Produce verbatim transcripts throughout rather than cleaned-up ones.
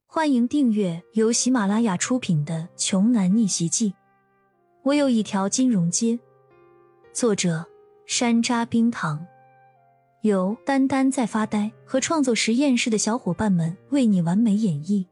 欢迎订阅由喜马拉雅出品的《穷男逆袭记》。我有一条金融街。作者山楂冰糖，由丹丹在发呆和创作实验室的小伙伴们为你完美演绎。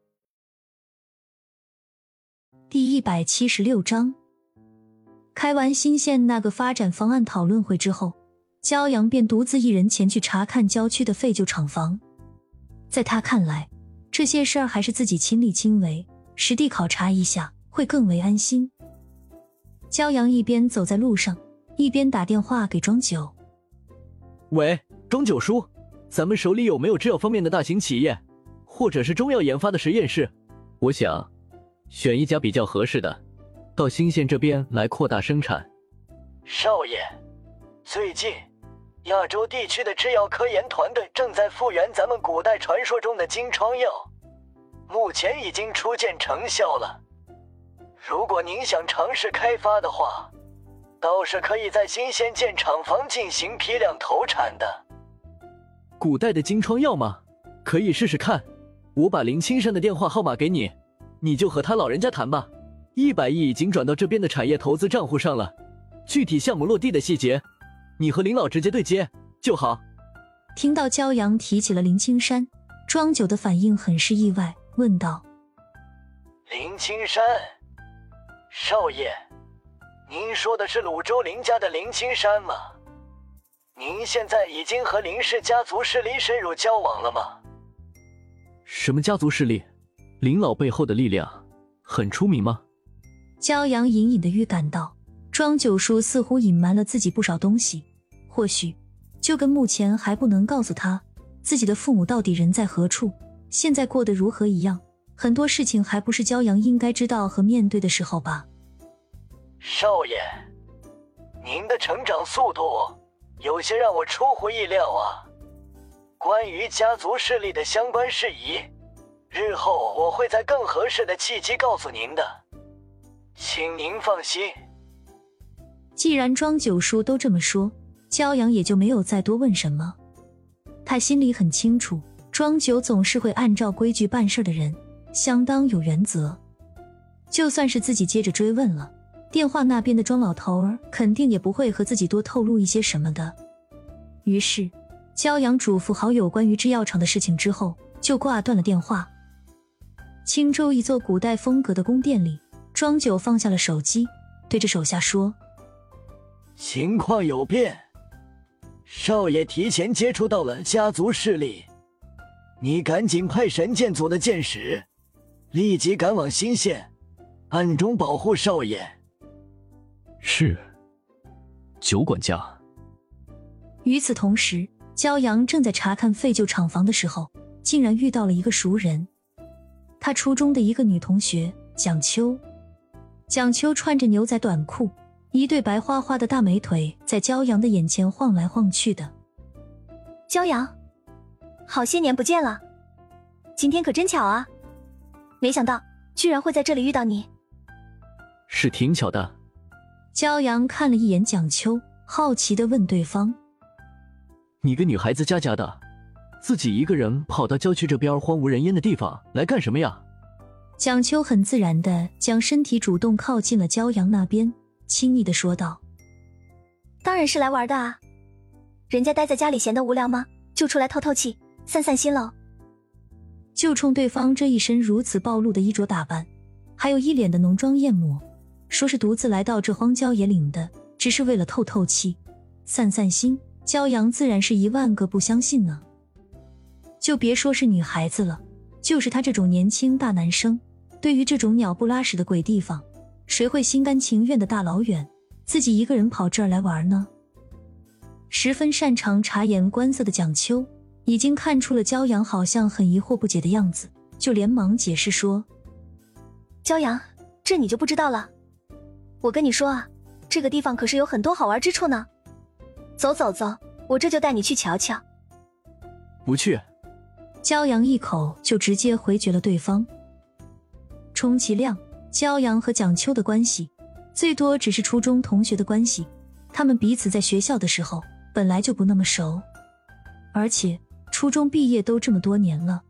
第一百七十六章。开完新县那个发展方案讨论会之后，焦阳便独自一人前去查看郊区的废旧厂房。在他看来，这些事儿还是自己亲力亲为，实地考察一下会更为安心。焦阳一边走在路上，一边打电话给庄九。 喂，庄九叔，咱们手里有没有制药方面的大型企业，或者是中药研发的实验室？我想选一家比较合适的，到新县这边来扩大生产。 少爷，最近亚洲地区的制药科研团队正在复原咱们古代传说中的金疮药，目前已经初见成效了。如果您想尝试开发的话，倒是可以在新县建厂房进行批量投产的。 古代的金疮药吗？可以试试看。我把林青山的电话号码给你，你就和他老人家谈吧。一百亿已经转到这边的产业投资账户上了，具体项目落地的细节，你和林老直接对接就好。 听到焦阳提起了林青山，庄九的反应很是意外，问道： 林青山？少爷，您说的是鲁州林家的林青山吗？您现在已经和林氏家族势力深入交往了吗？ 什么家族势力？林老背后的力量很出名吗？ 焦阳隐隐地预感到庄九叔似乎隐瞒了自己不少东西，或许就跟目前还不能告诉他自己的父母到底人在何处，现在过得如何一样，很多事情还不是焦阳应该知道和面对的时候吧。 少爷，您的成长速度有些让我出乎意料啊。关于家族势力的相关事宜，日后我会在更合适的契机告诉您的，请您放心。 既然庄九叔都这么说，焦阳也就没有再多问什么。他心里很清楚，庄九总是会按照规矩办事的人，相当有原则。就算是自己接着追问了，电话那边的庄老头儿肯定也不会和自己多透露一些什么的。于是焦阳嘱咐好有关于制药厂的事情之后，就挂断了电话。青州一座古代风格的宫殿里，庄九放下了手机，对着手下说： 情况有变，少爷提前接触到了家族势力，你赶紧派神剑组的剑使立即赶往新县，暗中保护少爷。 是，九管家。 与此同时，焦阳正在查看废旧厂房的时候，竟然遇到了一个熟人，他初中的一个女同学蒋秋。蒋秋穿着牛仔短裤，一对白花花的大美腿在焦阳的眼前晃来晃去的。 焦阳，好些年不见了，今天可真巧啊，没想到居然会在这里遇到你。 是挺巧的。 焦阳看了一眼蒋秋，好奇地问对方： 你个女孩子家家的，自己一个人跑到郊区这边荒无人烟的地方来干什么呀？ 蒋秋很自然地将身体主动靠近了焦阳那边，亲昵地说道： 当然是来玩的啊，人家待在家里闲得无聊吗？就出来透透气，散散心喽。 就冲对方这一身如此暴露的衣着打扮，还有一脸的浓妆艳抹，说是独自来到这荒郊野岭的，只是为了透透气、散散心，焦阳自然是一万个不相信呢。就别说是女孩子了，就是他这种年轻大男生，对于这种鸟不拉屎的鬼地方，谁会心甘情愿的大老远自己一个人跑这儿来玩呢？十分擅长察言观色的蒋秋已经看出了焦阳好像很疑惑不解的样子，就连忙解释说： 焦阳，这你就不知道了，我跟你说啊，这个地方可是有很多好玩之处呢。走走走，我这就带你去瞧瞧。 不去。 焦阳一口就直接回绝了对方。充其量焦阳和蒋秋的关系最多只是初中同学的关系，他们彼此在学校的时候本来就不那么熟，而且初中毕业都这么多年了，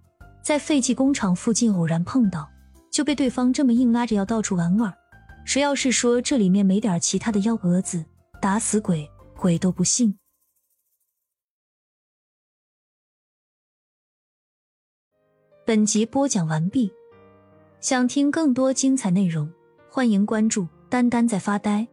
在废弃工厂附近偶然碰到，就被对方这么硬拉着要到处玩玩。谁要是说这里面没点其他的幺蛾子，打死鬼，鬼都不信。本集播讲完毕，想听更多精彩内容，欢迎关注丹丹在发呆。